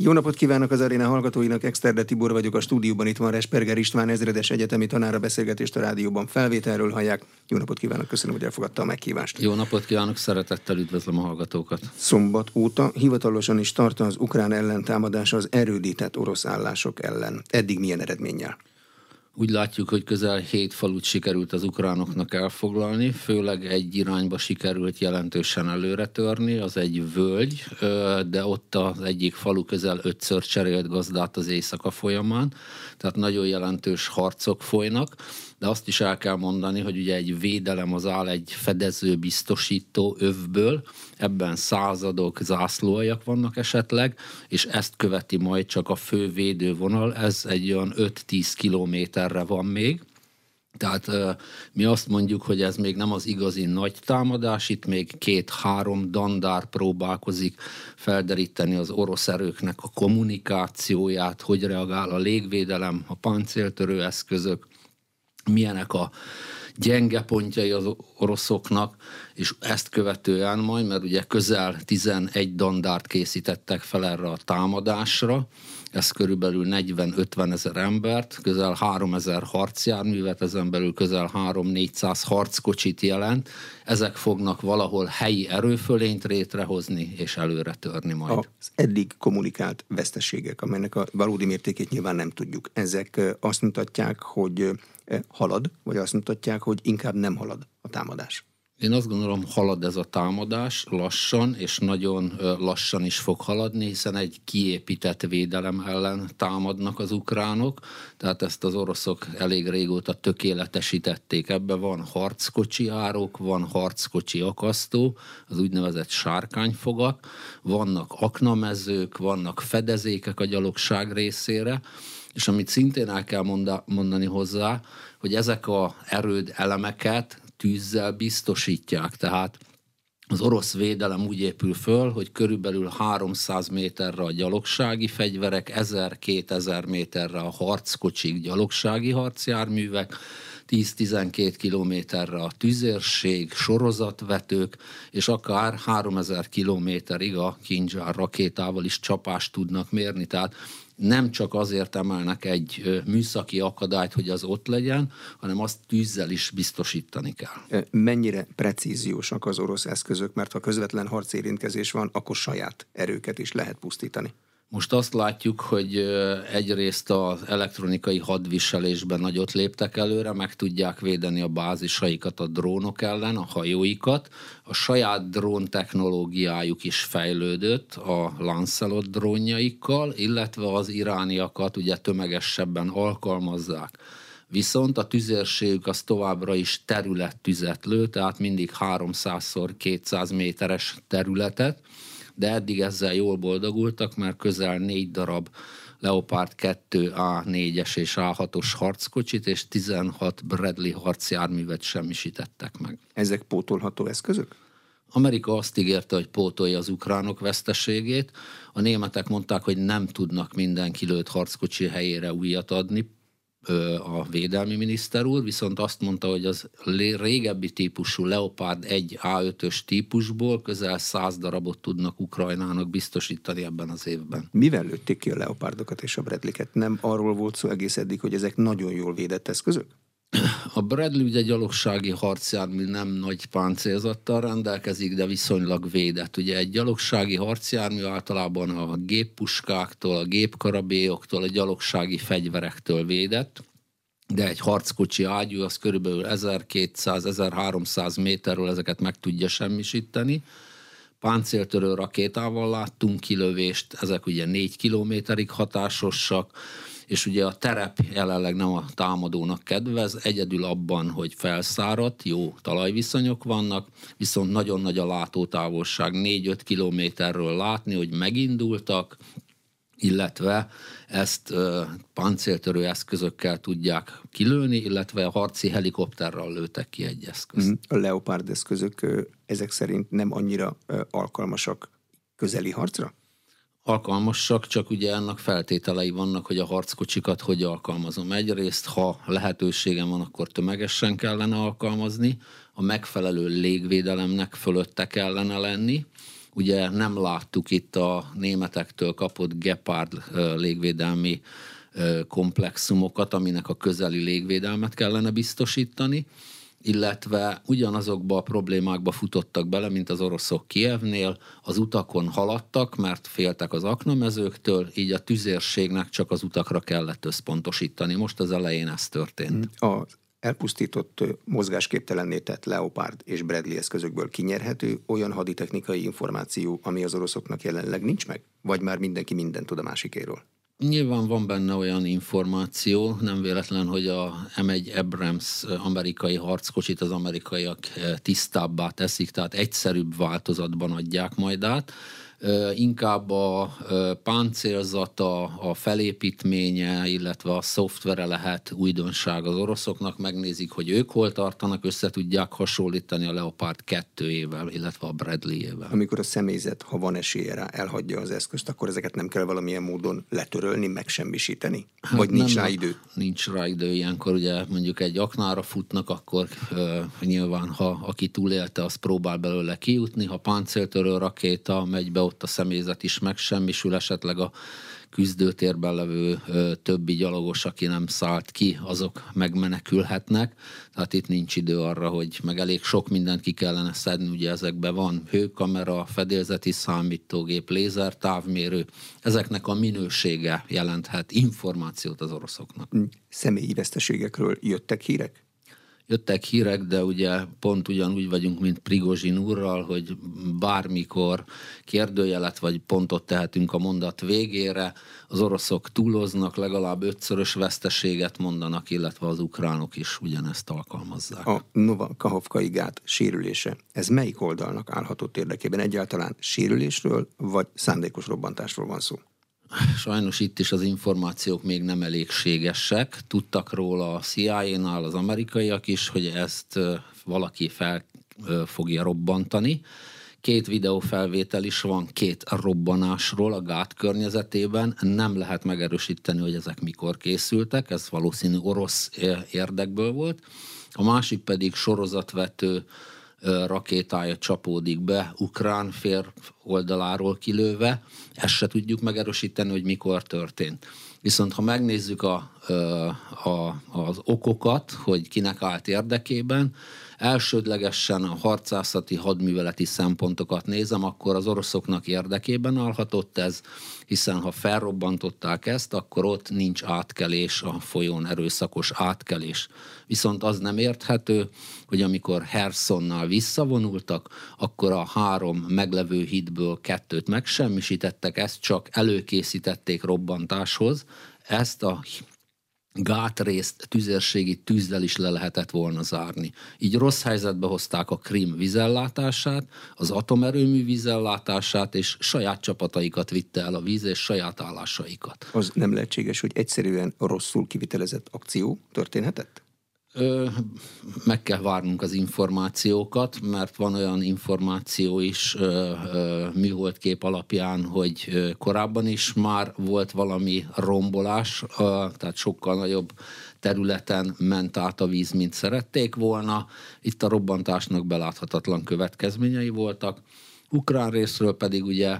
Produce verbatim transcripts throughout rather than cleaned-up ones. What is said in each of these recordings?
Jó napot kívánok az aréna hallgatóinak, Exterde Tibor vagyok, a stúdióban itt van Resperger István ezredes egyetemi tanár, a beszélgetést a rádióban felvételről hallják. Jó napot kívánok, köszönöm, hogy elfogadta a meghívást. Jó napot kívánok, szeretettel üdvözlöm a hallgatókat. Szombat óta hivatalosan is tart az ukrán ellentámadás az erődített orosz állások ellen. Eddig milyen eredménnyel? Úgy látjuk, hogy közel hét falut sikerült az ukránoknak elfoglalni, főleg egy irányba sikerült jelentősen előre törni, az egy völgy, de ott az egyik falu közel ötször cserélt gazdát az éjszaka folyamán, tehát nagyon jelentős harcok folynak, de azt is el kell mondani, hogy ugye egy védelem az áll egy fedező biztosító övből, ebben századok, zászlóaljak vannak esetleg, és ezt követi majd csak a fő védővonal, ez egy olyan öt-tíz kilométerre van még. Tehát mi azt mondjuk, hogy ez még nem az igazi nagy támadás, itt még két-három dandár próbálkozik felderíteni az orosz erőknek a kommunikációját, hogy reagál a légvédelem, a páncéltörő eszközök, milyenek a gyenge pontjai az oroszoknak, és ezt követően majd, mert ugye közel tizenegy dandárt készítettek fel erre a támadásra, ez körülbelül negyven-ötven ezer embert, közel háromezer harcjárművet, ezen belül közel három-négyszáz harckocsit jelent. Ezek fognak valahol helyi erőfölényt létrehozni és előre törni majd. Az eddig kommunikált veszteségek, amelynek a valódi mértékét nyilván nem tudjuk, ezek azt mutatják, hogy halad, vagy azt mutatják, hogy inkább nem halad a támadás? Én azt gondolom, halad ez a támadás lassan, és nagyon lassan is fog haladni, hiszen egy kiépített védelem ellen támadnak az ukránok, tehát ezt az oroszok elég régóta tökéletesítették. Ebben van harckocsi árok, van harckocsi akasztó, az úgynevezett sárkányfogak, vannak aknamezők, vannak fedezékek a gyalogság részére, és amit szintén el kell mondani hozzá, hogy ezek a erőd elemeket tűzzel biztosítják, tehát az orosz védelem úgy épül föl, hogy körülbelül háromszáz méterre a gyalogsági fegyverek, ezer-kétezer méterre a harckocsik, gyalogsági harcjárművek, tíz-tizenkét kilométerre a tüzérség, sorozatvetők, és akár háromezer kilométerig a Kindzsár rakétával is csapást tudnak mérni, tehát nem csak azért emelnek egy műszaki akadályt, hogy az ott legyen, hanem azt tűzzel is biztosítani kell. Mennyire precíziósak az orosz eszközök, mert ha közvetlen harcérintkezés van, akkor saját erőket is lehet pusztítani? Most azt látjuk, hogy egyrészt az elektronikai hadviselésben nagyot léptek előre, meg tudják védeni a bázisaikat a drónok ellen, a hajóikat. A saját drón technológiájuk is fejlődött a Lancelot drónjaikkal, illetve az irániakat ugye tömegesebben alkalmazzák. Viszont a tüzérségük az továbbra is területtüzet lő, tehát mindig háromszázszor kétszáz méteres területet, de eddig ezzel jól boldogultak, mert közel négy darab Leopard kettő á négyes és á hatos harckocsit és tizenhat Bradley harcjárművet semmisítettek meg. Ezek pótolható eszközök? Amerika azt ígérte, hogy pótolja az ukránok veszteségét. A németek mondták, hogy nem tudnak minden kilőtt harckocsi helyére újat adni, a védelmi miniszter úr, viszont azt mondta, hogy az régebbi típusú Leopard egy á ötös típusból közel száz darabot tudnak Ukrajnának biztosítani ebben az évben. Mivel lőtték ki a Leopardokat és a Bradley-ket? Nem arról volt szó egész eddig, hogy ezek nagyon jól védett eszközök? A Bradley ugye gyalogsági harcjármű, nem nagy páncélzattal rendelkezik, de viszonylag védett. Ugye egy gyalogsági harcjármű általában a géppuskáktól, a gépkarabélyoktól, a gyalogsági fegyverektől védett, de egy harckocsi ágyú az körülbelül ezerkétszáz-ezerháromszáz méterről ezeket meg tudja semmisíteni. Páncéltörő rakétával láttunk kilövést, ezek ugye négy kilométerig hatásosak, és ugye a terep jelenleg nem a támadónak kedvez, egyedül abban, hogy felszáradt, jó talajviszonyok vannak, viszont nagyon nagy a látótávolság, négy-öt kilométerről látni, hogy megindultak, illetve ezt uh, páncéltörő eszközökkel tudják kilőni, illetve a harci helikopterral lőttek ki egy eszközt. A Leopard eszközök ezek szerint nem annyira alkalmasak közeli harcra? Alkalmasak, csak ugye ennek feltételei vannak, hogy a harckocsikat hogy alkalmazom. Egyrészt, ha lehetőségem van, akkor tömegesen kellene alkalmazni, a megfelelő légvédelemnek fölötte kellene lenni, Ugye nem láttuk itt a németektől kapott Gepard légvédelmi komplexumokat, aminek a közeli légvédelmet kellene biztosítani, illetve ugyanazokba a problémákba futottak bele, mint az oroszok Kijevnél, az utakon haladtak, mert féltek az aknamezőktől, így a tüzérségnek csak az utakra kellett összpontosítani. Most az elején ez történt. Az elpusztított, mozgásképtelenné tett Leopard és Bradley eszközökből kinyerhető olyan haditechnikai információ, ami az oroszoknak jelenleg nincs meg? Vagy már mindenki mindent tud a másikéről? Nyilván van benne olyan információ, nem véletlen, hogy a em egy Abrams amerikai harckocsit az amerikaiak tisztábbá teszik, tehát egyszerűbb változatban adják majd át. Inkább a páncélzata, a felépítménye, illetve a szoftvere lehet újdonság az oroszoknak, megnézik, hogy ők hol tartanak, össze tudják hasonlítani a Leopard kettőjével, illetve a Bradley-ével. Amikor a személyzet, ha van esélye rá, elhagyja az eszközt, akkor ezeket nem kell valamilyen módon letörölni, megsemmisíteni? Hát vagy nincs rá idő? Nincs rá idő, ilyenkor ugye mondjuk egy aknára futnak, akkor uh, nyilván, ha aki túlélte, az próbál belőle kijutni, ha páncéltörő rakéta megy be, ott a személyzet is megsemmisül, esetleg a küzdőtérben levő ö, többi gyalogos, aki nem szállt ki, azok megmenekülhetnek. Tehát itt nincs idő arra, hogy meg elég sok mindent ki kellene szedni, ugye ezekben van hőkamera, fedélzeti számítógép, lézertávmérő, ezeknek a minősége jelenthet információt az oroszoknak. Személyi veszteségekről jöttek hírek? Jöttek hírek, de ugye pont ugyanúgy vagyunk, mint Prigozsin úrral, hogy bármikor kérdőjelet vagy pontot tehetünk a mondat végére, az oroszok túloznak, legalább ötszörös veszteséget mondanak, illetve az ukránok is ugyanezt alkalmazzák. A Nova-Kahovkai gát sérülése, ez melyik oldalnak állhatott érdekében? Egyáltalán sérülésről vagy szándékos robbantásról van szó? Sajnos itt is az információk még nem elégségesek. Tudtak róla a C I A-nál az amerikaiak is, hogy ezt valaki fel fogja robbantani. Két videófelvétel is van két robbanásról a gát környezetében. Nem lehet megerősíteni, hogy ezek mikor készültek. Ez valószínű orosz érdekből volt. A másik pedig sorozatvető rakétája csapódik be, ukrán fél oldaláról kilőve. Ezt se tudjuk megerősíteni, hogy mikor történt. Viszont ha megnézzük a, a, az okokat, hogy kinek állt érdekében, elsődlegesen a harcászati, hadműveleti szempontokat nézem, akkor az oroszoknak érdekében állhatott ez, hiszen ha felrobbantották ezt, akkor ott nincs átkelés, a folyón erőszakos átkelés. Viszont az nem érthető, hogy amikor Hersonnal visszavonultak, akkor a három meglevő hídből kettőt megsemmisítettek, ezt csak előkészítették robbantáshoz, ezt a gátrészt tüzérségi tűzzel is le lehetett volna zárni. Így rossz helyzetbe hozták a Krim vízellátását, az atomerőmű vízellátását, és saját csapataikat vitte el a víz, és saját állásaikat. Az nem lehetséges, hogy egyszerűen rosszul kivitelezett akció történhetett? Ö, meg kell várnunk az információkat, mert van olyan információ is ö, ö, műholdkép alapján, hogy ö, korábban is már volt valami rombolás, ö, tehát sokkal nagyobb területen ment át a víz, mint szerették volna. Itt a robbantásnak beláthatatlan következményei voltak. Ukrán részről pedig ugye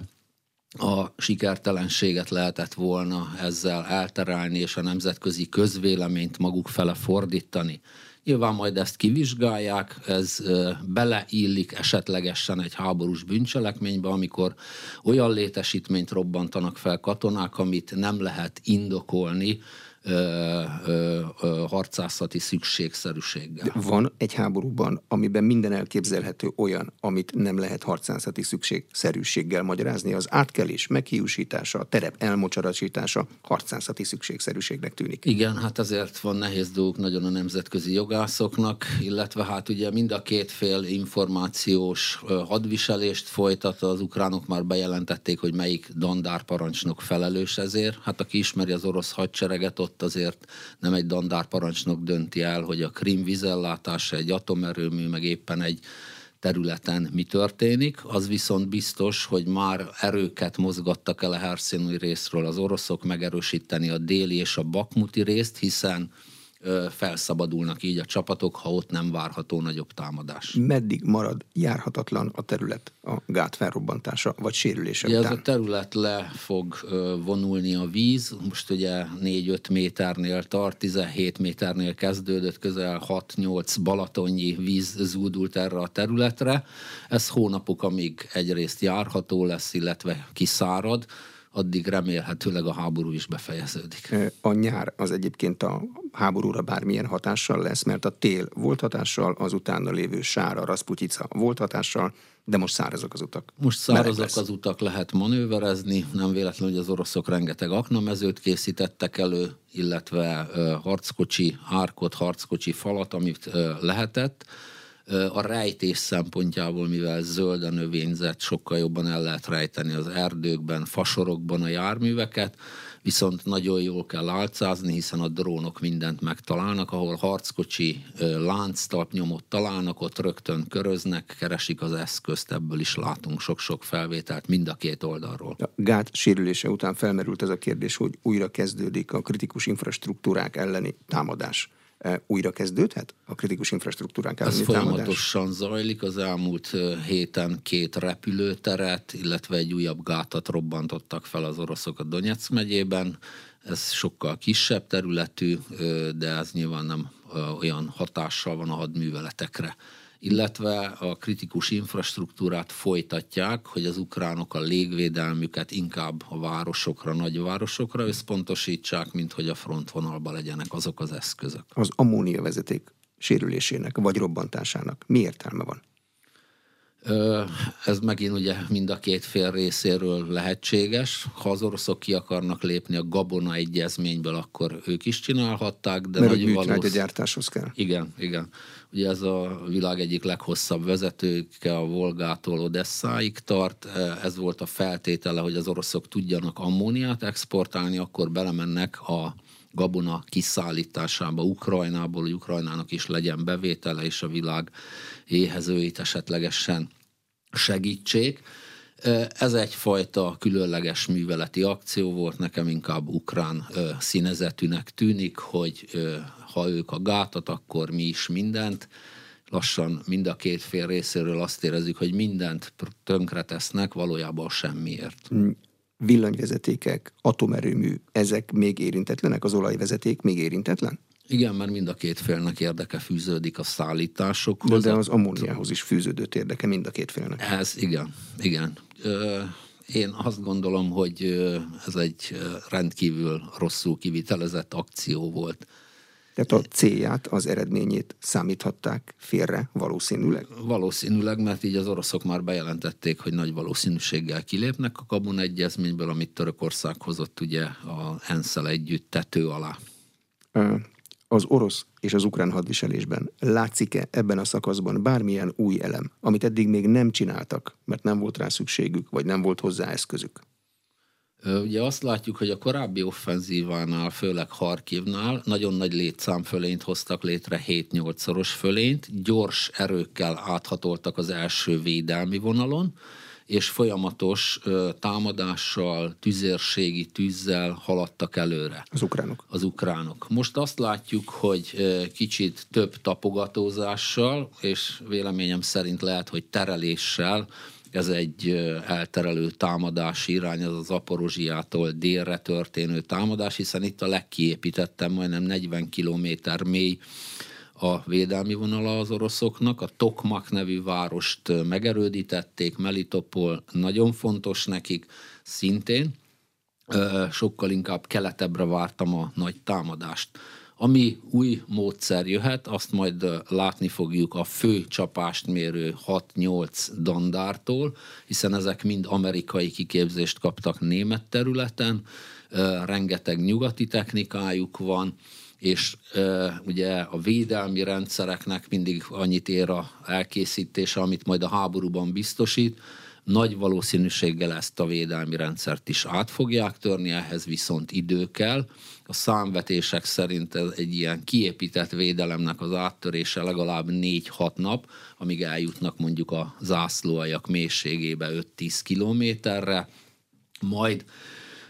a sikertelenséget lehetett volna ezzel elterelni, és a nemzetközi közvéleményt maguk fele fordítani. Nyilván majd ezt kivizsgálják, ez beleillik esetlegesen egy háborús bűncselekménybe, amikor olyan létesítményt robbantanak fel katonák, amit nem lehet indokolni Ö, ö, ö, harcászati szükségszerűséggel. De van egy háborúban, amiben minden elképzelhető olyan, amit nem lehet harcászati szükségszerűséggel magyarázni, az átkelés, meghiúsítása, a terep elmocsarasítása harcászati szükségszerűségnek tűnik. Igen, hát ezért van nehéz dolguk nagyon a nemzetközi jogászoknak, illetve hát ugye mind a két fél információs hadviselést folytat, az ukránok már bejelentették, hogy melyik dandárparancsnok felelős ezért. Hát aki ismeri az orosz hadsereget, ott azért nem egy dandárparancsnok dönti el, hogy a Krim vízellátása, egy atomerőmű, meg éppen egy területen mi történik. Az viszont biztos, hogy már erőket mozgattak el a herszoni részről az oroszok megerősíteni a déli és a bakmuti részt, hiszen felszabadulnak így a csapatok, ha ott nem várható nagyobb támadás. Meddig marad járhatatlan a terület a gát felrobbantása vagy sérülése ugye után? Ez a terület le fog vonulni a víz, most ugye négy-öt méternél tart, tizenhét méternél kezdődött, közel hat-nyolc balatonnyi víz zúdult erre a területre. Ez hónapok, amíg egyrészt járható lesz, illetve kiszárad, addig remélhetőleg a háború is befejeződik. A nyár az egyébként a háborúra bármilyen hatással lesz, mert a tél volt hatással, az utána lévő Sára, Raszputyica volt hatással, de most szárazak az utak. Most szárazak az utak, lehet manőverezni, nem véletlenül, hogy az oroszok rengeteg aknamezőt készítettek elő, illetve uh, harckocsi árkot, harckocsi falat, amit uh, lehetett. A rejtés szempontjából, mivel zöld a növényzet, sokkal jobban el lehet rejteni az erdőkben, fasorokban a járműveket, viszont nagyon jól kell álcázni, hiszen a drónok mindent megtalálnak, ahol harckocsi lánctalpnyomot találnak, ott rögtön köröznek, keresik az eszközt, ebből is látunk sok-sok felvételt mind a két oldalról. A gát sérülése után felmerült ez a kérdés, hogy újra kezdődik a kritikus infrastruktúrák elleni támadás. Újra kezdődhet a kritikus infrastruktúrák elleni Ez támadás? folyamatosan zajlik. Az elmúlt héten két repülőteret, illetve egy újabb gátat robbantottak fel az oroszok a Donetsz megyében. Ez sokkal kisebb területű, de ez nyilván nem olyan hatással van a hadműveletekre. Illetve a kritikus infrastruktúrát folytatják, hogy az ukránok a légvédelmüket inkább a városokra, nagyvárosokra összpontosítsák, mint hogy a frontvonalban legyenek azok az eszközök. Az ammóniavezeték sérülésének vagy robbantásának mi értelme van? Ez megint ugye mind a két fél részéről lehetséges. Ha az oroszok ki akarnak lépni a Gabona egyezményből, akkor ők is csinálhatták, de mert nagy valószínű... a gyártáshoz kell. Igen, igen. Ugye ez a világ egyik leghosszabb vezetőke, a Volgától Odesszáig tart. Ez volt a feltétele, hogy az oroszok tudjanak ammóniát exportálni, akkor belemennek a gabona kiszállításába Ukrajnából, hogy Ukrajnának is legyen bevétele, és a világ éhezőit esetlegesen segítsék. Ez egyfajta különleges műveleti akció volt, nekem inkább ukrán színezetűnek tűnik, hogy ha ők a gátat, akkor mi is mindent. Lassan mind a két fél részéről azt érezzük, hogy mindent tönkretesznek, valójában semmiért. Villanyvezetékek, atomerőmű, ezek még érintetlenek? Az olajvezeték még érintetlen? Igen, mert mind a két félnek érdeke fűződik a szállításokhoz. De, de az ammóniához is fűződött érdeke mind a két félnek. Ez igen, igen. Én azt gondolom, hogy ez egy rendkívül rosszul kivitelezett akció volt. Tehát a célját, az eredményét számíthatták félre valószínűleg? Valószínűleg, mert így az oroszok már bejelentették, hogy nagy valószínűséggel kilépnek a Gabona egyezményből, amit Törökország hozott ugye a ENSZ-szel együtt tető alá. Az orosz és az ukrán hadviselésben látszik-e ebben a szakaszban bármilyen új elem, amit eddig még nem csináltak, mert nem volt rá szükségük, vagy nem volt hozzá eszközük? Ugye azt látjuk, hogy a korábbi offenzívánál, főleg Harkivnál nagyon nagy létszámfölényt hoztak létre, hét-nyolcszoros fölényt, gyors erőkkel áthatoltak az első védelmi vonalon, és folyamatos ö, támadással, tüzérségi tűzzel haladtak előre. Az ukránok. Az ukránok. Most azt látjuk, hogy ö, kicsit több tapogatózással, és véleményem szerint lehet, hogy tereléssel, ez egy ö, elterelő támadási irány, az a Zaporozsiától délre történő támadás, hiszen itt a legkiépítettem, majdnem negyven kilométer mély a védelmi vonala az oroszoknak. A Tokmak nevű várost megerődítették, Melitopol nagyon fontos nekik szintén. Sokkal inkább keletebbre vártam a nagy támadást. Ami új módszer jöhet, azt majd látni fogjuk a fő csapást mérő hat-nyolc dandártól, hiszen ezek mind amerikai kiképzést kaptak német területen, rengeteg nyugati technikájuk van, és e, ugye a védelmi rendszereknek mindig annyit ér a elkészítése, amit majd a háborúban biztosít. Nagy valószínűséggel ezt a védelmi rendszert is át fogják törni, ehhez viszont idő kell. A számvetések szerint ez egy ilyen kiépített védelemnek az áttörése legalább négy-hat nap, amíg eljutnak mondjuk a zászlóaljak mélységébe öt-tíz kilométerre, majd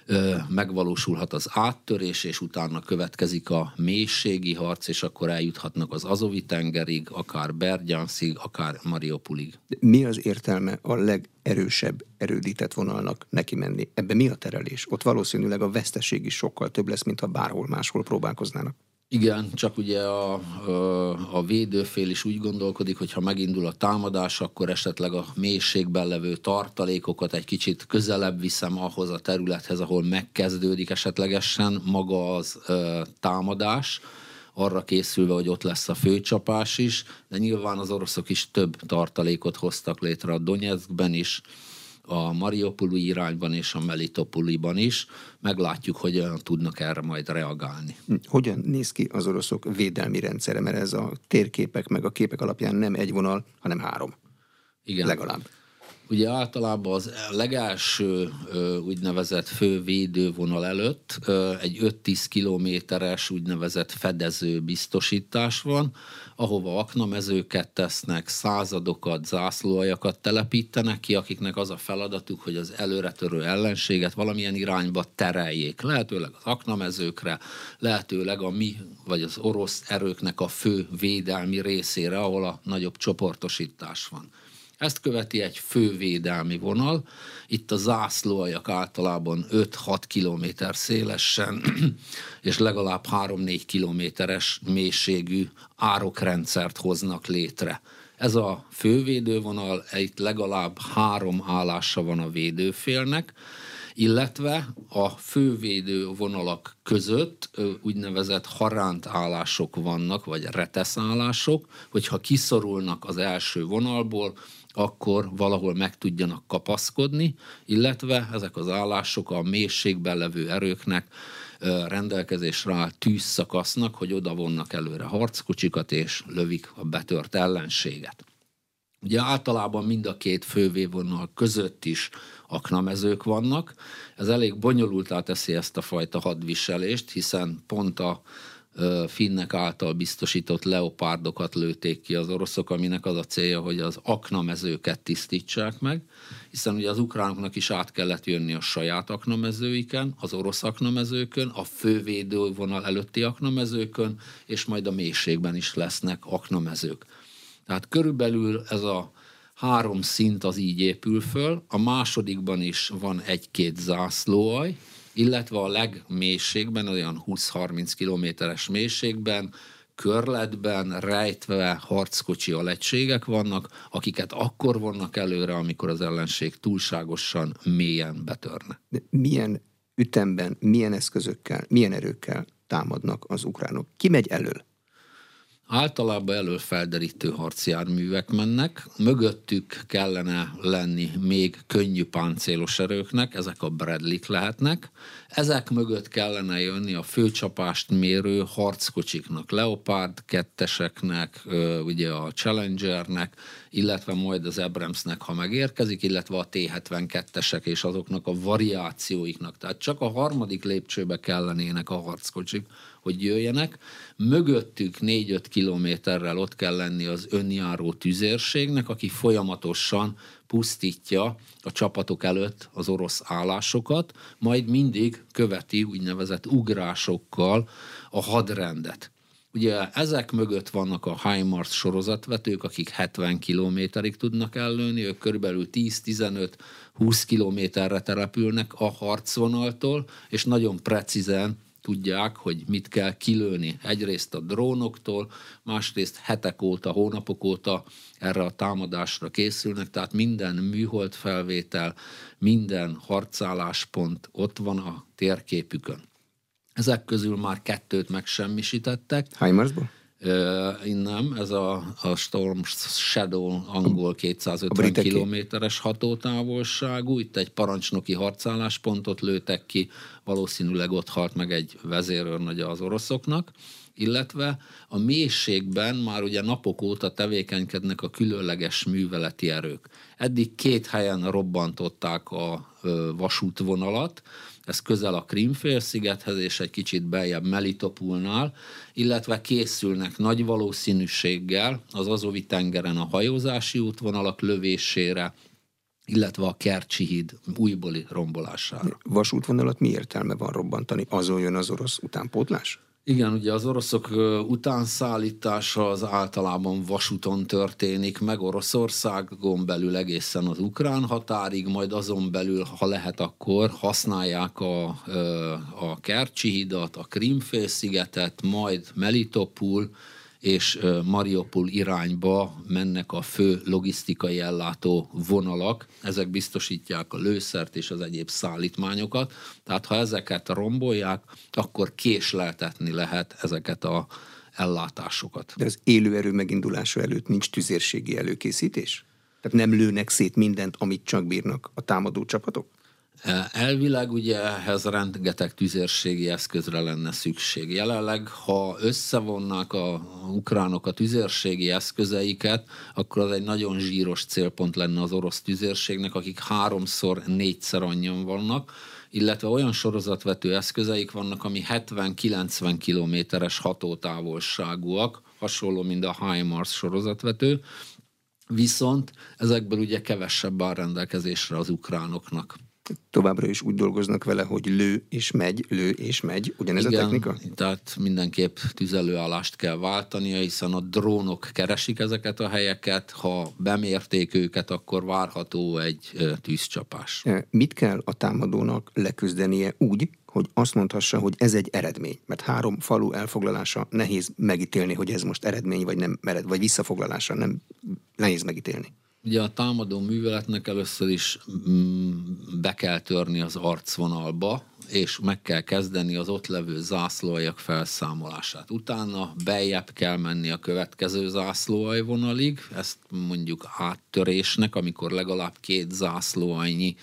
megvalósulhat az áttörés, és utána következik a mélységi harc, és akkor eljuthatnak az Azovi-tengerig, akár Berdjanszig, akár Mariupolig. Mi az értelme a legerősebb erődített vonalnak neki menni? Ebben mi a terelés? Ott valószínűleg a veszteség is sokkal több lesz, mint ha bárhol máshol próbálkoznának. Igen, csak ugye a, a védőfél is úgy gondolkodik, hogy ha megindul a támadás, akkor esetleg a mélységben levő tartalékokat egy kicsit közelebb viszem ahhoz a területhez, ahol megkezdődik esetlegesen maga az ö, támadás, arra készülve, hogy ott lesz a főcsapás is, de nyilván az oroszok is több tartalékot hoztak létre a Donyeckben is, a Mariupoli irányban és a Melitopoliban is. Meglátjuk, hogy tudnak erre majd reagálni. Hogyan néz ki az oroszok védelmi rendszere? Mert ez a térképek meg a képek alapján nem egy vonal, hanem három. Igen. Legalább. Ugye általában az legelső úgynevezett fő védővonal előtt egy öt-tíz kilométeres úgynevezett fedező biztosítás van, ahova aknamezőket tesznek, századokat, zászlóaljakat telepítenek ki, akiknek az a feladatuk, hogy az előretörő ellenséget valamilyen irányba tereljék. Lehetőleg az aknamezőkre, lehetőleg a mi vagy az orosz erőknek a fő védelmi részére, ahol a nagyobb csoportosítás van. Ezt követi egy fővédelmi vonal. Itt a zászlóaljak általában öt-hat kilométer szélesen és legalább három-négy kilométeres mélységű árokrendszert hoznak létre. Ez a fővédővonal, itt legalább három állása van a védőfélnek, illetve a fővédő vonalak között úgynevezett haránt állások vannak, vagy retesz állások, hogyha kiszorulnak az első vonalból, akkor valahol meg tudjanak kapaszkodni, illetve ezek az állások a mélységben levő erőknek rendelkezésre áll tűzszakasznak, hogy oda vonnak előre harckocsikat, és lövik a betört ellenséget. Ugye általában mind a két fővévonal között is aknamezők vannak. Ez elég bonyolultá teszi ezt a fajta hadviselést, hiszen pont a finnek által biztosított leopárdokat lőtték ki az oroszok, aminek az a célja, hogy az aknamezőket tisztítsák meg, hiszen ugye az ukránoknak is át kellett jönni a saját aknamezőiken, az orosz aknamezőkön, a fővédővonal előtti aknamezőkön, és majd a mélységben is lesznek aknamezők. Tehát körülbelül ez a három szint az így épül föl, a másodikban is van egy-két zászlóalj, illetve a legmélységben, olyan húsz-harminc kilométeres mélységben, körletben rejtve harckocsi alegységek vannak, akiket akkor vonnak előre, amikor az ellenség túlságosan mélyen betörne. De milyen ütemben, milyen eszközökkel, milyen erőkkel támadnak az ukránok? Ki megy elől? Általában elől felderítő harcjárművek mennek, mögöttük kellene lenni még könnyű páncélos erőknek, ezek a Bradley-k lehetnek, ezek mögött kellene jönni a főcsapást mérő harckocsiknak, Leopard ketteseknek, ugye a Challengernek, illetve majd az Abramsnek, ha megérkezik, illetve a té hetvenkettesek és azoknak a variációiknak. Tehát csak a harmadik lépcsőbe kellenének a harckocsik, hogy jöjjenek. Mögöttük négy-öt kilométerrel ott kell lenni az önjáró tüzérségnek, aki folyamatosan pusztítja a csapatok előtt az orosz állásokat, majd mindig követi úgynevezett ugrásokkal a hadrendet. Ugye ezek mögött vannak a HIMARS sorozatvetők, akik hetven kilométerig tudnak ellőni, ők körülbelül tíz-tizenöt-húsz kilométerre települnek a harcvonaltól, és nagyon precízen tudják, hogy mit kell kilőni. Egyrészt a drónoktól, másrészt hetek óta, hónapok óta erre a támadásra készülnek, tehát minden műhold felvétel, minden harcálláspont ott van a térképükön. Ezek közül már kettőt megsemmisítettek. HIMARS-ból? Uh, nem, ez a, a Storm Shadow angol kétszázötven kilométeres hatótávolságú, itt egy parancsnoki harcálláspontot lőtek ki, valószínűleg ott halt meg egy vezérőrnagya az oroszoknak, illetve a mélységben már ugye napok óta tevékenykednek a különleges műveleti erők. Eddig két helyen robbantották a ö, vasútvonalat, ez közel a Krím-félszigethez és egy kicsit beljebb Melitopolnál, illetve készülnek nagy valószínűséggel az Azovi-tengeren a hajózási útvonalak lövésére, illetve a Kercsi híd újbóli rombolására. Vasútvonalat mi értelme van robbantani? Azon jön az orosz utánpótlás? Igen, ugye az oroszok utánszállítása az általában vasúton történik, meg Oroszországon belül egészen az ukrán határig, majd azon belül, ha lehet, akkor használják a, a Kercsi hidat, a Krímfélszigetet, majd Melitopol és Mariupol irányba mennek a fő logisztikai ellátó vonalak. Ezek biztosítják a lőszert és az egyéb szállítmányokat. Tehát ha ezeket rombolják, akkor késleltetni lehet ezeket a ellátásokat. De az élőerő megindulása előtt nincs tüzérségi előkészítés? Tehát nem lőnek szét mindent, amit csak bírnak a támadó csapatok? Elvileg ugye ehhez rengeteg tüzérségi eszközre lenne szükség. Jelenleg, ha összevonnák a ukránok a tüzérségi eszközeiket, akkor az egy nagyon zsíros célpont lenne az orosz tüzérségnek, akik háromszor, négyszer annyian vannak, illetve olyan sorozatvető eszközeik vannak, ami hetven-kilencven kilométeres hatótávolságúak, hasonló, mint a HIMARS sorozatvető, viszont ezekből ugye kevesebb áll rendelkezésre az ukránoknak. Továbbra is úgy dolgoznak vele, hogy lő és megy, lő és megy. Ugyanez Igen, a technika? Tehát mindenképp tüzelőállást kell váltania, hiszen a drónok keresik ezeket a helyeket, ha bemérték őket, akkor várható egy tűzcsapás. Mit kell a támadónak leküzdenie úgy, hogy azt mondhassa, hogy ez egy eredmény? Mert három falu elfoglalása nehéz megítélni, hogy ez most eredmény, vagy nem ered, vagy visszafoglalása nem nehéz megítélni. Ugye a támadó műveletnek először is be kell törni az arcvonalba, és meg kell kezdeni az ott levő zászlóaljak felszámolását. Utána beljebb kell menni a következő zászlóaljvonalig, ezt mondjuk áttörésnek, amikor legalább két zászlóaljnyi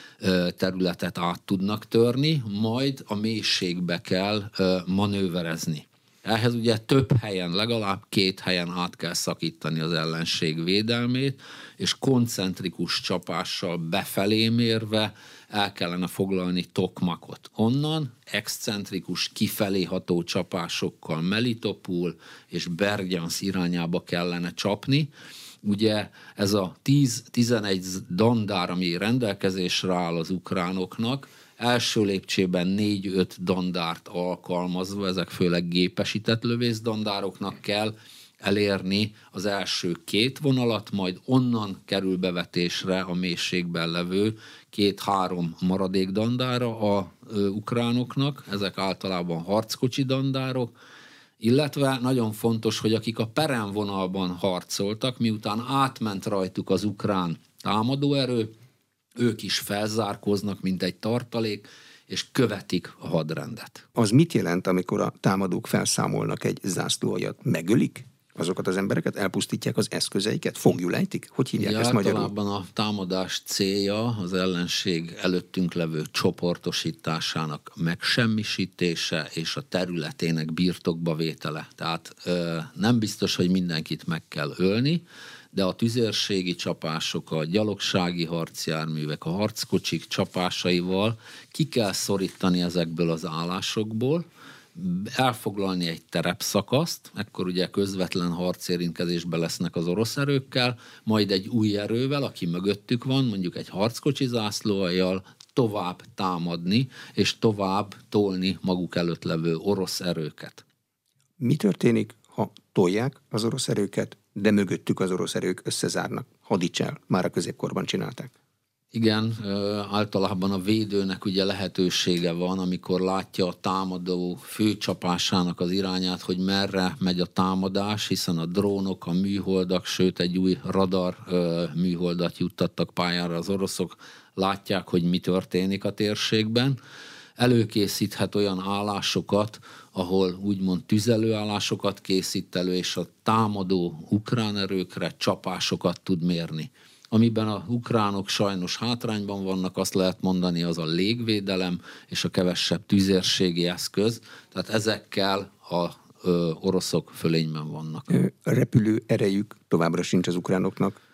területet át tudnak törni, majd a mélységbe kell manőverezni. Ehhez ugye több helyen, legalább két helyen át kell szakítani az ellenség védelmét, és koncentrikus csapással befelé mérve el kellene foglalni Tokmakot. Onnan excentrikus kifelé ható csapásokkal Melitopol és Bergyansz irányába kellene csapni. Ugye ez a tíz-tizenegy dandár, ami rendelkezésre áll az ukránoknak, első lépcsőben négy-öt dandárt alkalmazva, ezek főleg gépesített lövészdandaroknak kell elérni az első két vonalat, majd onnan kerül bevetésre a mélységben levő két-három maradék dandára a ö, ukránoknak, ezek általában harckocsi dandárok, illetve nagyon fontos, hogy akik a peremvonalban harcoltak, miután átment rajtuk az ukrán támadóerő, ők is felzárkóznak, mint egy tartalék, és követik a hadrendet. Az mit jelent, amikor a támadók felszámolnak egy zászlóaljat? Megölik azokat az embereket? Elpusztítják az eszközeiket? Fogjulejtik? Hogy hívják ja, ezt magyarul? Általában a támadás célja az ellenség előttünk levő csoportosításának megsemmisítése és a területének birtokba vétele. Tehát ö, nem biztos, hogy mindenkit meg kell ölni, de a tüzérségi csapások, a gyalogsági harcjárművek, a harckocsik csapásaival ki kell szorítani ezekből az állásokból, elfoglalni egy terepszakaszt, ekkor ugye közvetlen harcérintkezésbe lesznek az orosz erőkkel, majd egy új erővel, aki mögöttük van, mondjuk egy harckocsi zászlóaljal tovább támadni, és tovább tolni maguk előtt levő orosz erőket. Mi történik, ha tolják az orosz erőket, de mögöttük az orosz erők összezárnak? Hadicsel, már a középkorban csinálták. Igen, általában a védőnek ugye lehetősége van, amikor látja a támadó főcsapásának az irányát, hogy merre megy a támadás, hiszen a drónok, a műholdak, sőt egy új radar műholdat juttattak pályára az oroszok, látják, hogy mi történik a térségben. Előkészíthet olyan állásokat, ahol úgymond tüzelőállásokat készít elő, és a támadó ukrán erőkre csapásokat tud mérni. Amiben a ukránok sajnos hátrányban vannak, azt lehet mondani, az a légvédelem és a kevesebb tüzérségi eszköz, tehát ezekkel a ö, oroszok fölényben vannak. A repülő erejük továbbra sincs az ukránoknak,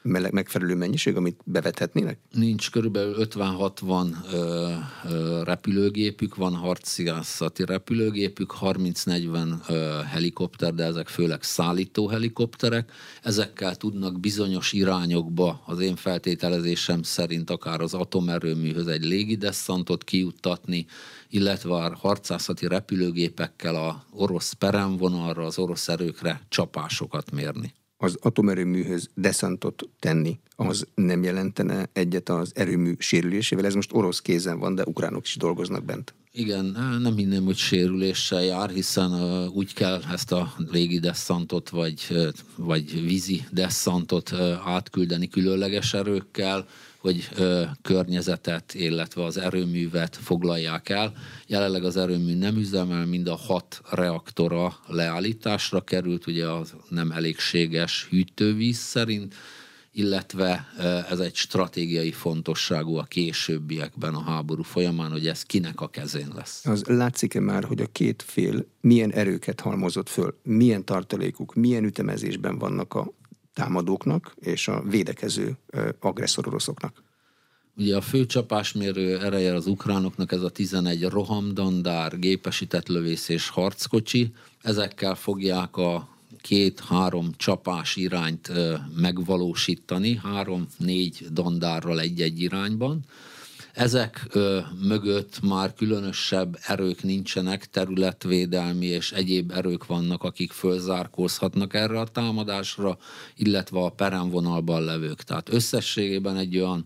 megfelelő mennyiség, amit bevethetnének? Nincs, körülbelül ötven-hatvan ö, ö, repülőgépük van, harcászati repülőgépük, harminc-negyven ö, helikopter, de ezek főleg szállító helikopterek. Ezekkel tudnak bizonyos irányokba, az én feltételezésem szerint akár az atomerőműhöz egy légidesszantot kijuttatni, illetve a harcászati repülőgépekkel az orosz peremvonalra, az orosz erőkre csapásokat mérni. Az atomerőműhöz deszantot tenni, az nem jelentene egyet az erőmű sérülésével? Ez most orosz kézen van, de ukránok is dolgoznak bent. Igen, nem hinném, hogy sérüléssel jár, hiszen uh, úgy kell ezt a légi desszantot vagy, uh, vagy vízi desszantot uh, átküldeni különleges erőkkel, hogy ö, környezetet, illetve az erőművet foglalják el. Jelenleg az erőmű nem üzemel, mind a hat reaktora leállításra került, ugye az nem elégséges hűtővíz szerint, illetve ö, ez egy stratégiai fontosságú a későbbiekben a háború folyamán, hogy ez kinek a kezén lesz. Az látszik-e már, hogy a két fél milyen erőket halmozott föl, milyen tartalékuk, milyen ütemezésben vannak a támadóknak és a védekező agresszor oroszoknak? Ugye a fő csapásmérő ereje az ukránoknak ez a tizenegy rohamdandár, gépesített lövész és harckocsi. Ezekkel fogják a két-három csapás irányt megvalósítani, három-négy dandárral egy-egy irányban. Ezek ö, mögött már különösebb erők nincsenek, területvédelmi és egyéb erők vannak, akik fölzárkózhatnak erre a támadásra, illetve a peremvonalban levők. Tehát összességében egy olyan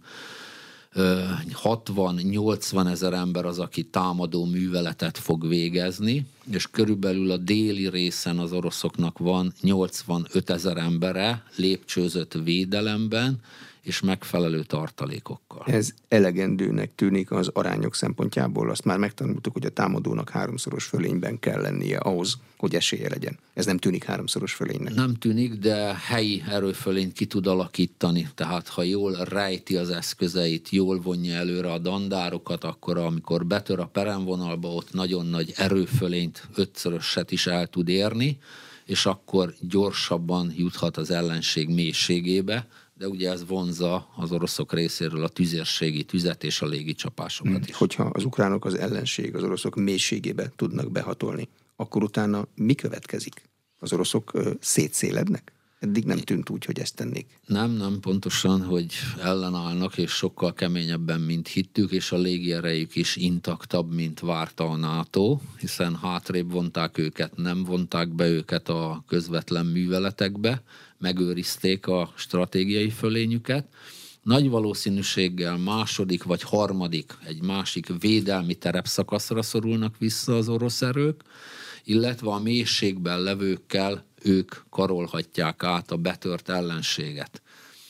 hatvan-nyolcvan ezer ember az, aki támadó műveletet fog végezni, és körülbelül a déli részen az oroszoknak van nyolcvanöt ezer embere lépcsőzött védelemben, és megfelelő tartalékokkal. Ez elegendőnek tűnik az arányok szempontjából. Azt már megtanultuk, hogy a támadónak háromszoros fölényben kell lennie ahhoz, hogy esélye legyen. Ez nem tűnik háromszoros fölénynek. Nem tűnik, de helyi erőfölényt ki tud alakítani. Tehát ha jól rejti az eszközeit, jól vonja előre a dandárokat, akkor amikor betör a peremvonalba, ott nagyon nagy erőfölényt, ötszöröset is el tud érni, és akkor gyorsabban juthat az ellenség mélységébe, de ugye ez vonzza az oroszok részéről a tüzérségi tüzet és a légicsapásokat is. Hogyha az ukránok az ellenség, az oroszok mélységébe tudnak behatolni, akkor utána mi következik? Az oroszok ö, szétszélednek? Eddig nem tűnt úgy, hogy ezt tennék. Nem, nem, pontosan, hogy ellenállnak, és sokkal keményebben, mint hittük, és a légierejük is intaktabb, mint várta a NATO, hiszen hátrébb vonták őket, nem vonták be őket a közvetlen műveletekbe, megőrizték a stratégiai fölényüket. Nagy valószínűséggel második vagy harmadik, egy másik védelmi terepszakaszra szorulnak vissza az orosz erők, illetve a mélységben levőkkel ők karolhatják át a betört ellenséget.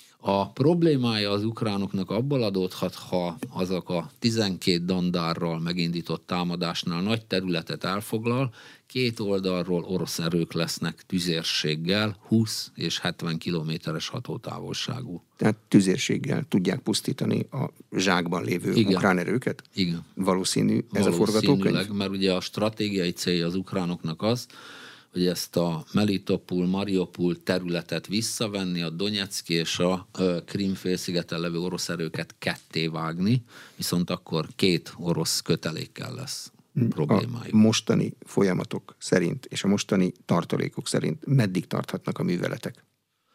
A problémája az ukránoknak abból adódhat, ha azok a tizenkét dandárral megindított támadásnál nagy területet elfoglal, két oldalról orosz erők lesznek tüzérséggel, húsz és hetven kilométeres hatótávolságú. Tehát tüzérséggel tudják pusztítani a zsákban lévő Igen. ukrán erőket? Igen. Valószínű ez a forgatókönyv? Mert ugye a stratégiai célja az ukránoknak az, hogy ezt a Melitopol, Mariupol területet visszavenni, a Donetszki és a Krím-félszigeten levő orosz erőket ketté vágni, viszont akkor két orosz kötelékkel lesz problémájuk. A mostani folyamatok szerint és a mostani tartalékok szerint meddig tarthatnak a műveletek?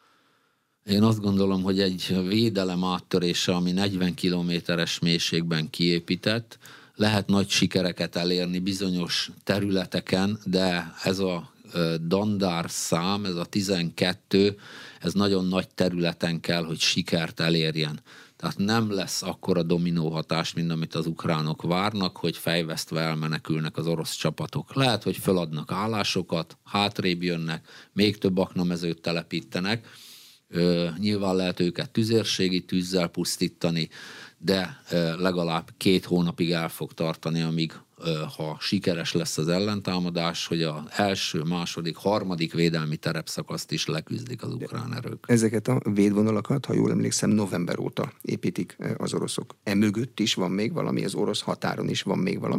Én azt gondolom, hogy egy védelem áttörése, ami negyven kilométeres mélységben kiépített, lehet nagy sikereket elérni bizonyos területeken, de ez a dandár szám, ez a tizenkettő, ez nagyon nagy területen kell, hogy sikert elérjen. Tehát nem lesz akkora dominó hatás, mint amit az ukránok várnak, hogy fejvesztve elmenekülnek az orosz csapatok. Lehet, hogy feladnak állásokat, hátrébb jönnek, még több aknamezőt telepítenek, Ö, nyilván lehet őket tüzérségi tűzzel pusztítani, de ö, legalább két hónapig el fog tartani, amíg ö, ha sikeres lesz az ellentámadás, hogy az első, második, harmadik védelmi terepszakaszt is leküzdik az ukrán erők. Ezeket a védvonalakat, ha jól emlékszem, november óta építik az oroszok. E mögött is van még valami, az orosz határon is van még valami?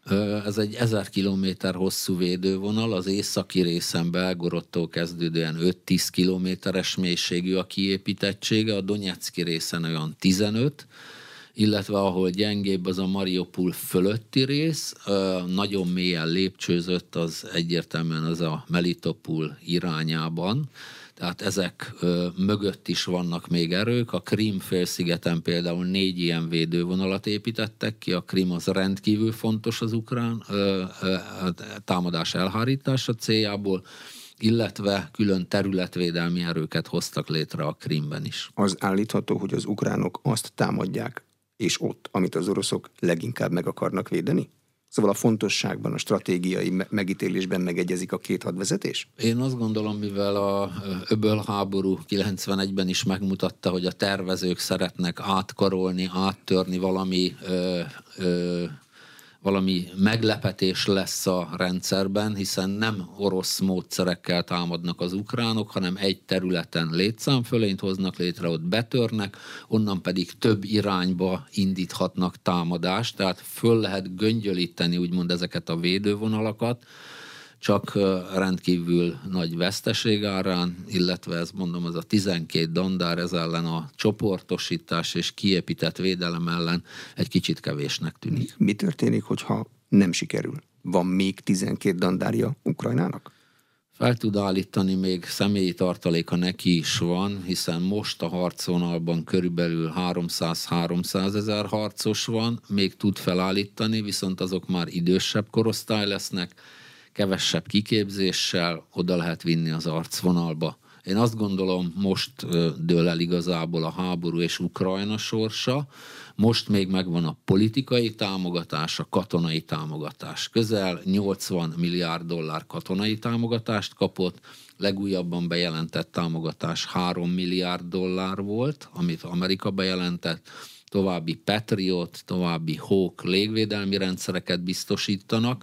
Ez egy ezer kilométer hosszú védővonal, az északi részen Belgorodtól kezdődően öt-tíz kilométeres mélységű a kiépítettsége, a Donetszki részen olyan tizenöt, illetve ahol gyengébb az a Mariupol fölötti rész, nagyon mélyen lépcsőzött, az egyértelműen az a Melitopol irányában, tehát ezek ö, mögött is vannak még erők. A Krím-félszigeten például négy ilyen védővonalat építettek ki. A Krím az rendkívül fontos az ukrán ö, ö, támadás elhárítása céljából, illetve külön területvédelmi erőket hoztak létre a Krímben is. Az állítható, hogy az ukránok azt támadják, és ott, amit az oroszok leginkább meg akarnak védeni? Szóval a fontosságban, a stratégiai megítélésben megegyezik a két hadvezetés? Én azt gondolom, mivel a öbölháború kilencvenegyben is megmutatta, hogy a tervezők szeretnek átkarolni, áttörni valami, ö, ö, valami meglepetés lesz a rendszerben, hiszen nem orosz módszerekkel támadnak az ukránok, hanem egy területen létszámfölényt hoznak létre, ott betörnek, onnan pedig több irányba indíthatnak támadást, tehát föl lehet göngyölíteni úgymond ezeket a védővonalakat, csak rendkívül nagy veszteség árán, illetve ez mondom, az a tizenkét dandár, ez ellen a csoportosítás és kiépített védelem ellen egy kicsit kevésnek tűnik. Mi történik, hogyha nem sikerül? Van még tizenkét dandárja Ukrajnának? Fel tud állítani, még személyi tartaléka neki is van, hiszen most a harcvonalban körülbelül háromszáz-háromszáz ezer harcos van, még tud felállítani, viszont azok már idősebb korosztály lesznek, kevesebb kiképzéssel oda lehet vinni az arcvonalba. Én azt gondolom, most dől el igazából a háború és Ukrajna sorsa, most még megvan a politikai támogatás, a katonai támogatás. Közel nyolcvan milliárd dollár katonai támogatást kapott, legújabban bejelentett támogatás három milliárd dollár volt, amit Amerika bejelentett, további Patriot, további Hawk légvédelmi rendszereket biztosítanak,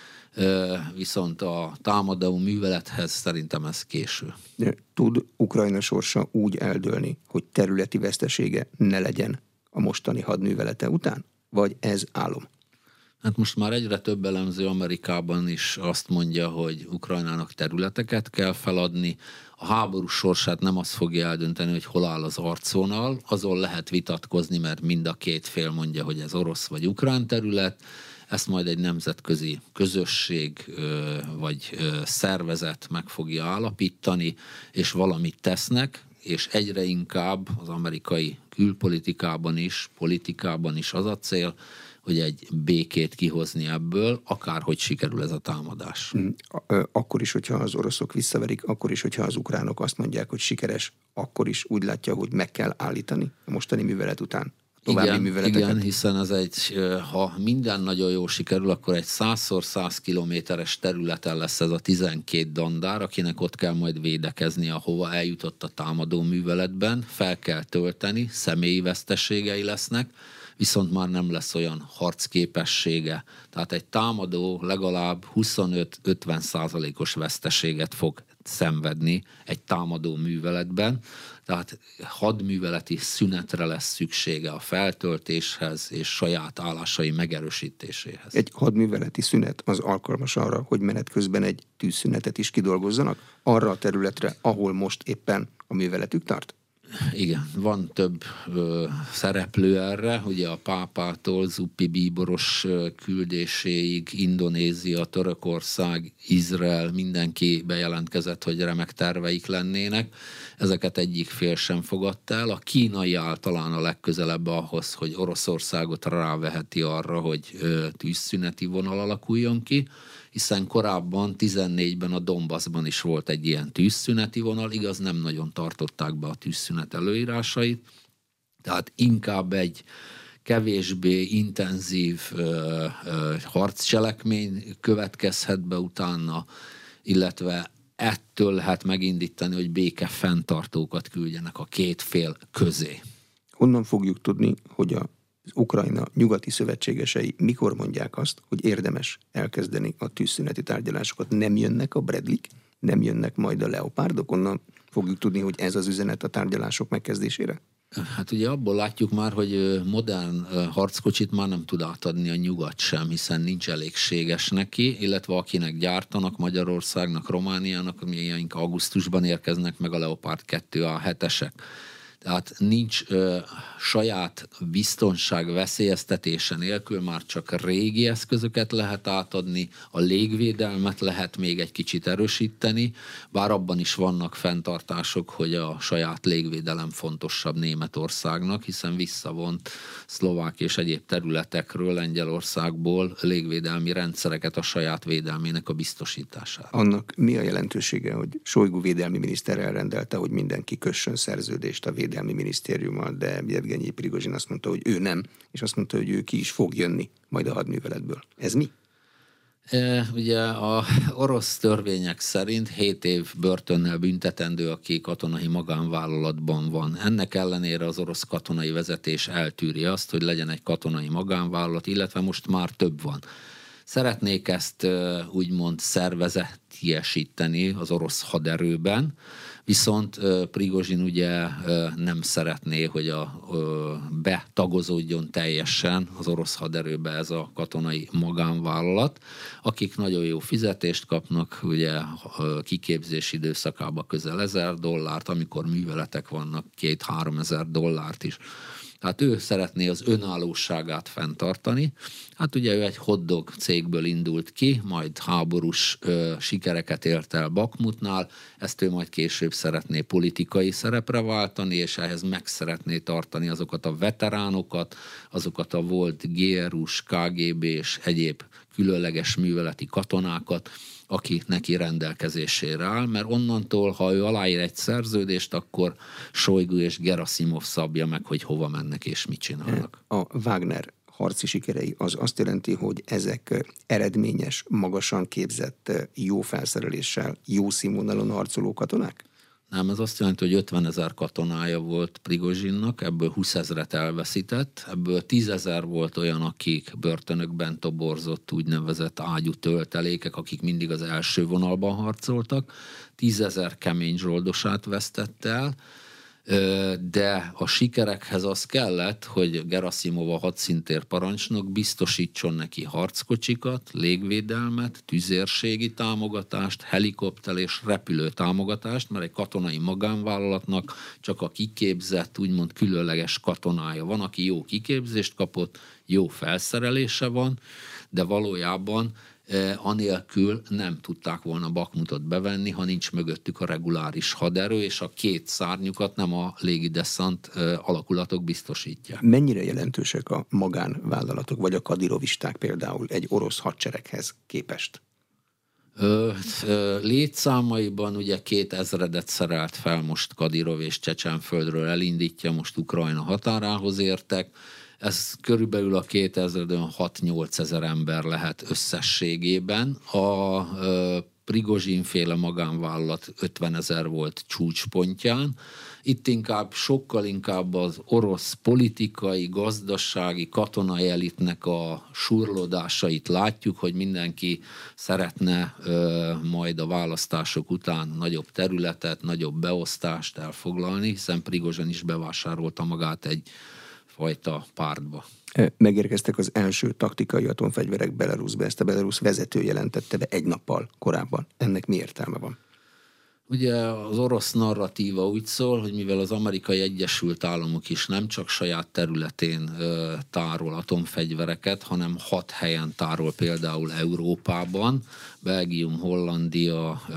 viszont a támadó művelethez szerintem ez késő. De tud Ukrajna sorsa úgy eldőlni, hogy területi vesztesége ne legyen a mostani hadművelete után? Vagy ez álom? Hát most már egyre több elemző Amerikában is azt mondja, hogy Ukrajnának területeket kell feladni. A háború sorsát nem az fogja eldönteni, hogy hol áll az arcvonal, azon lehet vitatkozni, mert mind a két fél mondja, hogy ez orosz vagy ukrán terület. Ezt majd egy nemzetközi közösség vagy szervezet meg fogja állapítani, és valamit tesznek, és egyre inkább az amerikai külpolitikában is, politikában is az a cél, hogy egy békét kihozni ebből, akárhogy sikerül ez a támadás. Akkor is, hogyha az oroszok visszaverik, akkor is, hogyha az ukránok azt mondják, hogy sikeres, akkor is úgy látja, hogy meg kell állítani a mostani művelet után. Igen, igen, hiszen ez egy, ha minden nagyon jól sikerül, akkor egy százszor száz kilométeres területen lesz ez a tizenkét dandár, akinek ott kell majd védekezni, ahova eljutott a támadó műveletben, fel kell tölteni, személyi veszteségei lesznek, viszont már nem lesz olyan harcképessége. Tehát egy támadó legalább huszonöt-ötven százalékos veszteséget fog szenvedni egy támadó műveletben, tehát hadműveleti szünetre lesz szüksége a feltöltéshez és saját állásai megerősítéséhez. Egy hadműveleti szünet az alkalmas arra, hogy menet közben egy tűzszünetet is kidolgozzanak arra a területre, ahol most éppen a műveletük tart? Igen, van több ö, szereplő erre, ugye a pápától Zuppi bíboros ö, küldéséig, Indonézia, Törökország, Izrael, mindenki bejelentkezett, hogy remek terveik lennének. Ezeket egyik fél sem fogadta el. A kínai áll talán a legközelebb ahhoz, hogy Oroszországot ráveheti arra, hogy ö, tűzszüneti vonal alakuljon ki, hiszen korábban tizennégyben a Donbassban is volt egy ilyen tűzszüneti vonal, igaz, nem nagyon tartották be a tűzszünet előírásait, tehát inkább egy kevésbé intenzív ö, ö, harccselekmény következhet be utána, illetve ettől lehet megindítani, hogy béke fenntartókat küldjenek a két fél közé. Honnan fogjuk tudni, hogy a az Ukrajna nyugati szövetségesei mikor mondják azt, hogy érdemes elkezdeni a tűzszüneti tárgyalásokat? Nem jönnek a Bradley-k? Nem jönnek majd a Leopardok? Onnan fogjuk tudni, hogy ez az üzenet a tárgyalások megkezdésére? Hát ugye abból látjuk már, hogy modern harckocsit már nem tud átadni a nyugat sem, hiszen nincs elégséges neki, illetve akinek gyártanak, Magyarországnak, Romániának, amilyeink augusztusban érkeznek meg a Leopard kettő á hetesek. Tehát nincs ö, saját biztonság veszélyeztetése nélkül, már csak régi eszközöket lehet átadni, a légvédelmet lehet még egy kicsit erősíteni, bár abban is vannak fenntartások, hogy a saját légvédelem fontosabb Németországnak, hiszen visszavont szlovák és egyéb területekről, Lengyelországból légvédelmi rendszereket a saját védelmének a biztosítására. Annak mi a jelentősége, hogy Sojgu védelmi miniszter elrendelte, hogy mindenki kössön szerződést a védelmi minisztériummal, de Jevgenyi Prigozsin azt mondta, hogy ő nem, és azt mondta, hogy ő ki is fog jönni majd a hadműveletből. Ez mi? E, ugye a orosz törvények szerint hét év börtönnel büntetendő, aki katonai magánvállalatban van. Ennek ellenére az orosz katonai vezetés eltűri azt, hogy legyen egy katonai magánvállalat, illetve most már több van. Szeretnék ezt úgymond szervezetiesíteni az orosz haderőben, viszont Prigozsin ugye nem szeretné, hogy a, betagozódjon teljesen az orosz haderőbe ez a katonai magánvállalat, akik nagyon jó fizetést kapnak, ugye kiképzési időszakában közel ezer dollárt, amikor műveletek vannak két-három ezer dollárt is. Hát ő szeretné az önállóságát fenntartani. Hát ugye ő egy hotdog cégből indult ki, majd háborús ö, sikereket ért el Bakmutnál, ezt ő majd később szeretné politikai szerepre váltani, és ehhez meg szeretné tartani azokat a veteránokat, azokat a volt gé er u-s, ká gé bé és egyéb különleges műveleti katonákat, aki neki rendelkezésére áll, mert onnantól, ha ő aláír egy szerződést, akkor Sojgu és Gerasimov szabja meg, hogy hova mennek és mit csinálnak. A Wagner harci sikerei az azt jelenti, hogy ezek eredményes, magasan képzett, jó felszereléssel, jó színvonalon harcoló katonák? Nem, ez azt jelenti, hogy ötvenezer katonája volt Prigozsinnak, ebből huszezret elveszített, ebből tízezer volt olyan, akik börtönökben toborzott úgynevezett ágyú töltelékek, akik mindig az első vonalban harcoltak, tízezer kemény zsoldosát vesztett el, de a sikerekhez az kellett, hogy Gerasimov a hadszintér parancsnok biztosítson neki harckocsikat, légvédelmet, tüzérségi támogatást, helikopter és repülő támogatást, mert egy katonai magánvállalatnak csak a kiképzett, úgymond különleges katonája van, aki jó kiképzést kapott, jó felszerelése van, de valójában anélkül nem tudták volna Bakmutot bevenni, ha nincs mögöttük a reguláris haderő, és a két szárnyukat nem a légideszant alakulatok biztosítják. Mennyire jelentősek a magánvállalatok, vagy a kadirovisták például egy orosz hadsereghez képest? Ö, ö, létszámaiban ugye két ezredet szerelt fel most Kadirov és Csecsenföldről elindítja, most Ukrajna határához értek. Ez körülbelül a kétezredön hat-nyolc ezer ember lehet összességében. A ö, Prigozsin-féle magánvállalat ötvenezer volt csúcspontján. Itt inkább, sokkal inkább az orosz politikai, gazdasági, katonai elitnek a surlódásait látjuk, hogy mindenki szeretne ö, majd a választások után nagyobb területet, nagyobb beosztást elfoglalni, hiszen Prigozsin is bevásárolta magát egy fajta pártba. Megérkeztek az első taktikai atomfegyverek Belarusba, ezt a Belarus vezető jelentette be egy nappal korábban. Ennek mi értelme van? Ugye az orosz narratíva úgy szól, hogy mivel az Amerikai Egyesült Államok is nem csak saját területén ö, tárol atomfegyvereket, hanem hat helyen tárol például Európában, Belgium, Hollandia, ö,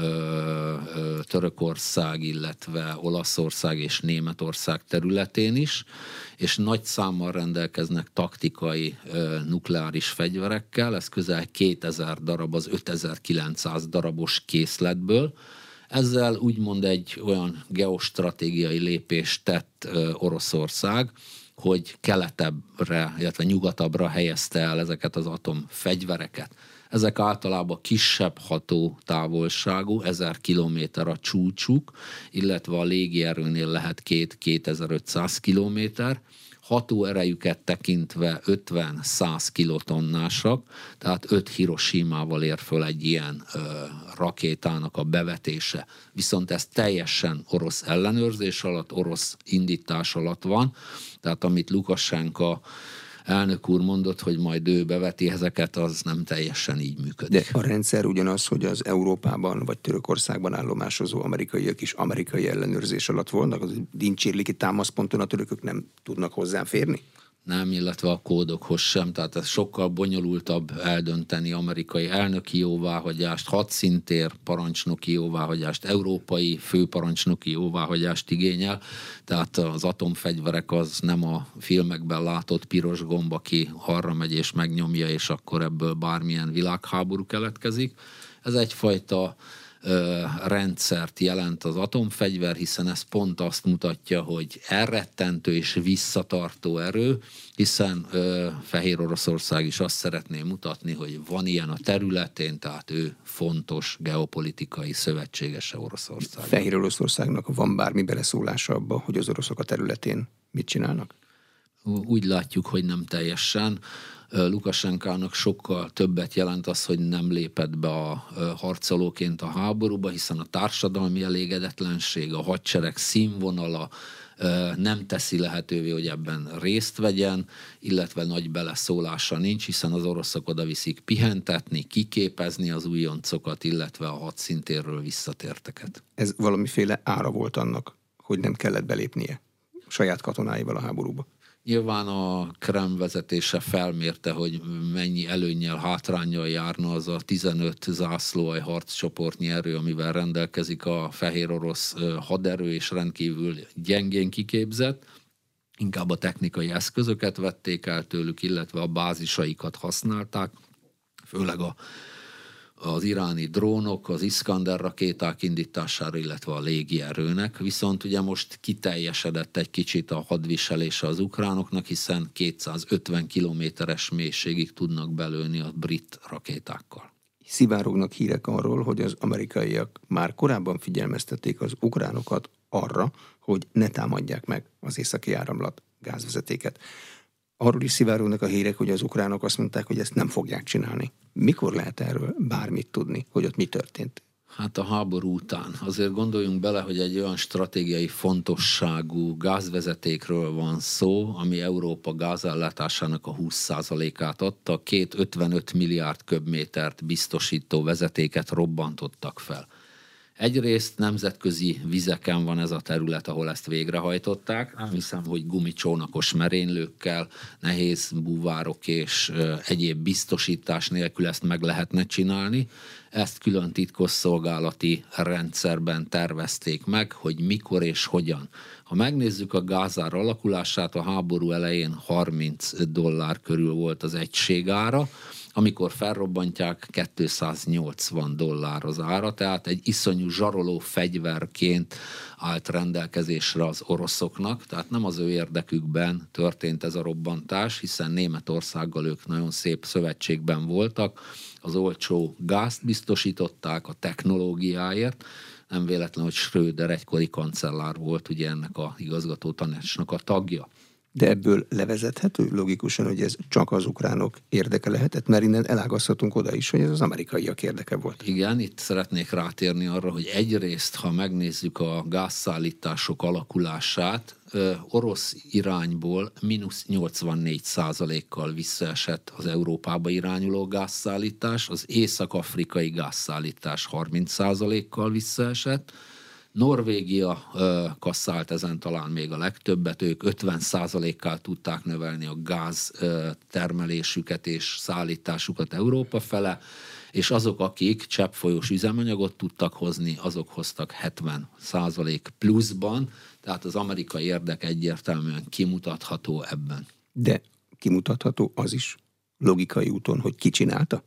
ö, Törökország, illetve Olaszország és Németország területén is, és nagy számmal rendelkeznek taktikai ö, nukleáris fegyverekkel, ez közel kétezer darab az ötezer-kilencszáz darabos készletből. Ezzel úgymond egy olyan geostratégiai lépést tett ö, Oroszország, hogy keletebbre, illetve nyugatabbra helyezte el ezeket az atomfegyvereket. Ezek általában kisebb ható távolságú, ezer kilométer a csúcsuk, illetve a légierőnél lehet két-kétezer-ötszáz kilométer. hatóerejüket tekintve ötven-száz kilotonnásak, tehát öt Hiroshimával ér föl egy ilyen ö, rakétának a bevetése. Viszont ez teljesen orosz ellenőrzés alatt, orosz indítás alatt van, tehát amit Lukasenka elnök úr mondott, hogy majd ő beveti ezeket, az nem teljesen így működik. De a rendszer ugyanaz, hogy az Európában vagy Törökországban állomásozó amerikaiak is amerikai ellenőrzés alatt volnak, az dincsérliki támaszponton a törökök nem tudnak hozzáférni? Nem, illetve a kódokhoz sem, tehát ez sokkal bonyolultabb eldönteni amerikai elnöki jóváhagyást, hadszintér parancsnoki jóváhagyást, európai főparancsnoki jóváhagyást igényel, tehát az atomfegyverek az nem a filmekben látott piros gomb, aki arra megy és megnyomja, és akkor ebből bármilyen világháború keletkezik. Ez egyfajta rendszert jelent az atomfegyver, hiszen ez pont azt mutatja, hogy elrettentő és visszatartó erő, hiszen ö, Fehér Oroszország is azt szeretné mutatni, hogy van ilyen a területén, tehát ő fontos geopolitikai szövetségese Oroszország. Fehér Oroszországnak van bármi beleszólása abba, hogy az oroszok a területén mit csinálnak? Úgy látjuk, hogy nem teljesen. Lukasenkának sokkal többet jelent az, hogy nem lépett be a harcolóként a háborúba, hiszen a társadalmi elégedetlenség, a hadsereg színvonala nem teszi lehetővé, hogy ebben részt vegyen, illetve nagy beleszólása nincs, hiszen az oroszok oda viszik pihentetni, kiképezni az újoncokat, illetve a hadszintérről visszatérteket. Ez valamiféle ára volt annak, hogy nem kellett belépnie a saját katonáival a háborúba? Nyilván a Kreml vezetése felmérte, hogy mennyi előnnyel, hátránnyal járna az a tizenöt zászlóalj harccsoportnyi erő, amivel rendelkezik a fehér orosz haderő, és rendkívül gyengén kiképzett. Inkább a technikai eszközöket vették el tőlük, illetve a bázisaikat használták, főleg a az iráni drónok, az Iskander rakéták indítására, illetve a légierőnek, viszont ugye most kiteljesedett egy kicsit a hadviselése az ukránoknak, hiszen kétszázötven kilométeres mélységig tudnak belőni a brit rakétákkal. Szivárognak hírek arról, hogy az amerikaiak már korábban figyelmeztették az ukránokat arra, hogy ne támadják meg az északi áramlat gázvezetéket. Arról is szivárognak a hírek, hogy az ukránok azt mondták, hogy ezt nem fogják csinálni. Mikor lehet erről bármit tudni, hogy ott mi történt? Hát a háború után. Azért gondoljunk bele, hogy egy olyan stratégiai fontosságú gázvezetékről van szó, ami Európa gázellátásának a húsz százalékát adta, két ötvenöt milliárd köbmétert biztosító vezetéket robbantottak fel. Egyrészt nemzetközi vizeken van ez a terület, ahol ezt végrehajtották. Nem hiszem, hogy gumicsónakos merénylőkkel, nehéz búvárok és egyéb biztosítás nélkül ezt meg lehetne csinálni. Ezt külön titkosszolgálati rendszerben tervezték meg, hogy mikor és hogyan. Ha megnézzük a gázár alakulását, a háború elején harminc dollár körül volt az egységára, amikor felrobbantják, kétszáznyolcvan dollár az ára, tehát egy iszonyú zsaroló fegyverként állt rendelkezésre az oroszoknak, tehát nem az ő érdekükben történt ez a robbantás, hiszen Németországgal ők nagyon szép szövetségben voltak, az olcsó gázt biztosították a technológiáért, nem véletlen, hogy Schröder egykori kancellár volt ugye ennek a igazgató tanácsnak a tagja. De ebből levezethető logikusan, hogy ez csak az ukránok érdeke lehetett, mert innen elágazhatunk oda is, hogy ez az amerikaiak érdeke volt. Igen, itt szeretnék rátérni arra, hogy egyrészt, ha megnézzük a gázszállítások alakulását, orosz irányból mínusz nyolcvannégy százalékkal visszaesett az Európába irányuló gázszállítás, az észak-afrikai gázszállítás harminc százalékkal visszaesett, Norvégia ö, kasszált ezen talán még a legtöbbet, ők ötven százalékkal tudták növelni a gáz ö, termelésüket és szállításukat Európa fele, és azok, akik cseppfolyós üzemanyagot tudtak hozni, azok hoztak hetven százalék pluszban, tehát az amerikai érdek egyértelműen kimutatható ebben. De kimutatható az is logikai úton, hogy ki csinálta?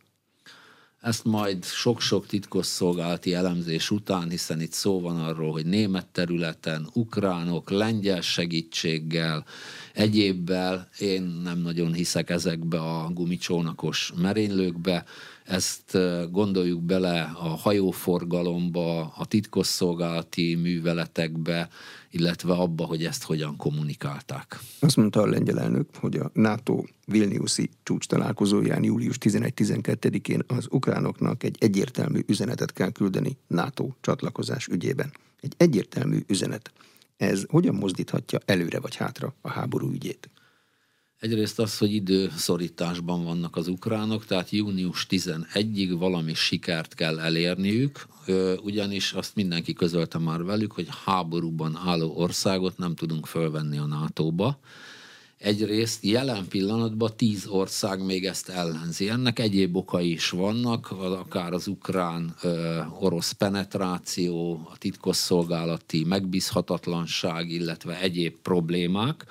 Ezt majd sok-sok titkosszolgálati elemzés után, hiszen itt szó van arról, hogy német területen, ukránok, lengyel segítséggel, egyébbel, én nem nagyon hiszek ezekbe a gumicsónakos merénylőkbe, Ezt gondoljuk bele a hajóforgalomba, a titkosszolgálati műveletekbe, illetve abba, hogy ezt hogyan kommunikálták. Azt mondta a lengyel elnök, hogy a NATO Vilniuszi csúcs találkozóján július tizenegy-tizenkettedikén az ukránoknak egy egyértelmű üzenetet kell küldeni NATO csatlakozás ügyében. Egy egyértelmű üzenet. Ez hogyan mozdíthatja előre vagy hátra a háború ügyét? Egyrészt az, hogy időszorításban vannak az ukránok, tehát június tizenegyedikéig valami sikert kell elérniük, ugyanis azt mindenki közölte már velük, hogy háborúban álló országot nem tudunk fölvenni a nátóba. Egyrészt jelen pillanatban tíz ország még ezt ellenzi. Ennek egyéb okai is vannak, akár az ukrán-orosz penetráció, a titkosszolgálati megbízhatatlanság, illetve egyéb problémák,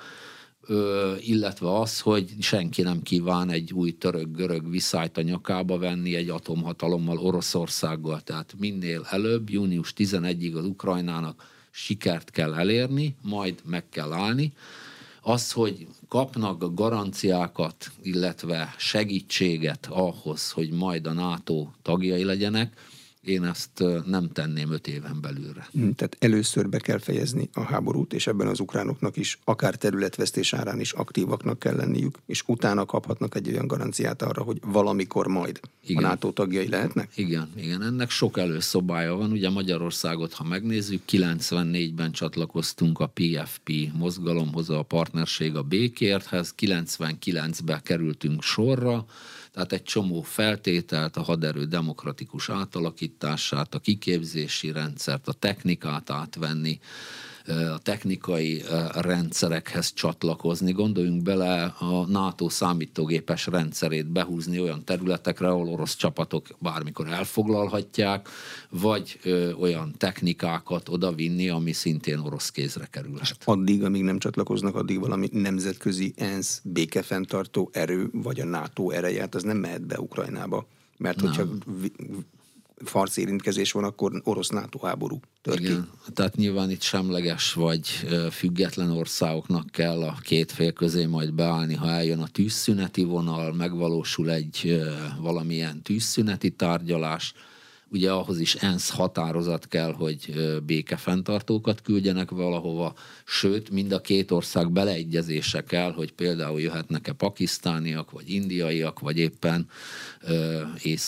illetve az, hogy senki nem kíván egy új török-görög viszályt a nyakába venni egy atomhatalommal, Oroszországgal. Tehát minél előbb, június tizenegyedikéig az Ukrajnának sikert kell elérni, majd meg kell állni. Az, hogy kapnak garanciákat, illetve segítséget ahhoz, hogy majd a NATO tagjai legyenek, én ezt nem tenném öt éven belülre. Tehát először be kell fejezni a háborút, és ebben az ukránoknak is, akár területvesztés árán is aktívaknak kell lenniük, és utána kaphatnak egy olyan garanciát arra, hogy valamikor majd igen. a NATO tagjai lehetnek? Igen, igen, ennek sok előszobája van. Ugye Magyarországot, ha megnézzük, kilencvennégyben csatlakoztunk a pé ef pé mozgalomhoz, a partnerség a békérthez, kilencvenkilencben kerültünk sorra, tehát egy csomó feltételt, a haderő demokratikus átalakítását, a kiképzési rendszert, a technikát átvenni, a technikai rendszerekhez csatlakozni. Gondoljunk bele a NATO számítógépes rendszerét behúzni olyan területekre, ahol orosz csapatok bármikor elfoglalhatják, vagy ö, olyan technikákat odavinni, ami szintén orosz kézre kerülhet. Addig, amíg nem csatlakoznak, addig valami nemzetközi ENSZ békefenntartó erő, vagy a NATO ereje, hát az nem mehet be Ukrajnába. Mert nem. hogyha farcérintkezés van, akkor orosz-NATO háború tör ki. Igen, tehát nyilván itt semleges vagy független országoknak kell a két fél közé majd beállni, ha eljön a tűzszüneti vonal, megvalósul egy valamilyen tűzszüneti tárgyalás, ugye ahhoz is ENSZ határozat kell, hogy békefenntartókat küldjenek valahova, sőt, mind a két ország beleegyezése kell, hogy például jöhetnek-e pakisztániak, vagy indiaiak, vagy éppen ö,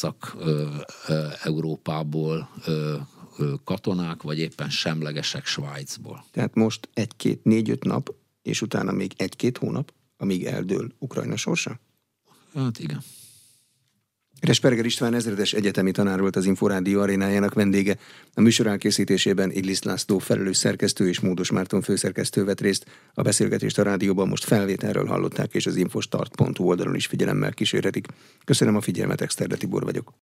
Észak-Európából ö, ö, katonák, vagy éppen semlegesek Svájcból. Tehát most egy-két, négy-öt nap, és utána még egy-két hónap, amíg eldől Ukrajna sorsa? Hát igen. Resperger István ezredes egyetemi tanár volt az Inforádió arénájának vendége. A műsor elkészítésében Illis László felelős szerkesztő és Módos Márton főszerkesztő vett részt. A beszélgetést a rádióban most felvételről hallották, és az infostart pont hu oldalon is figyelemmel kísérhetik. Köszönöm a figyelmet, Exterde Tibor vagyok.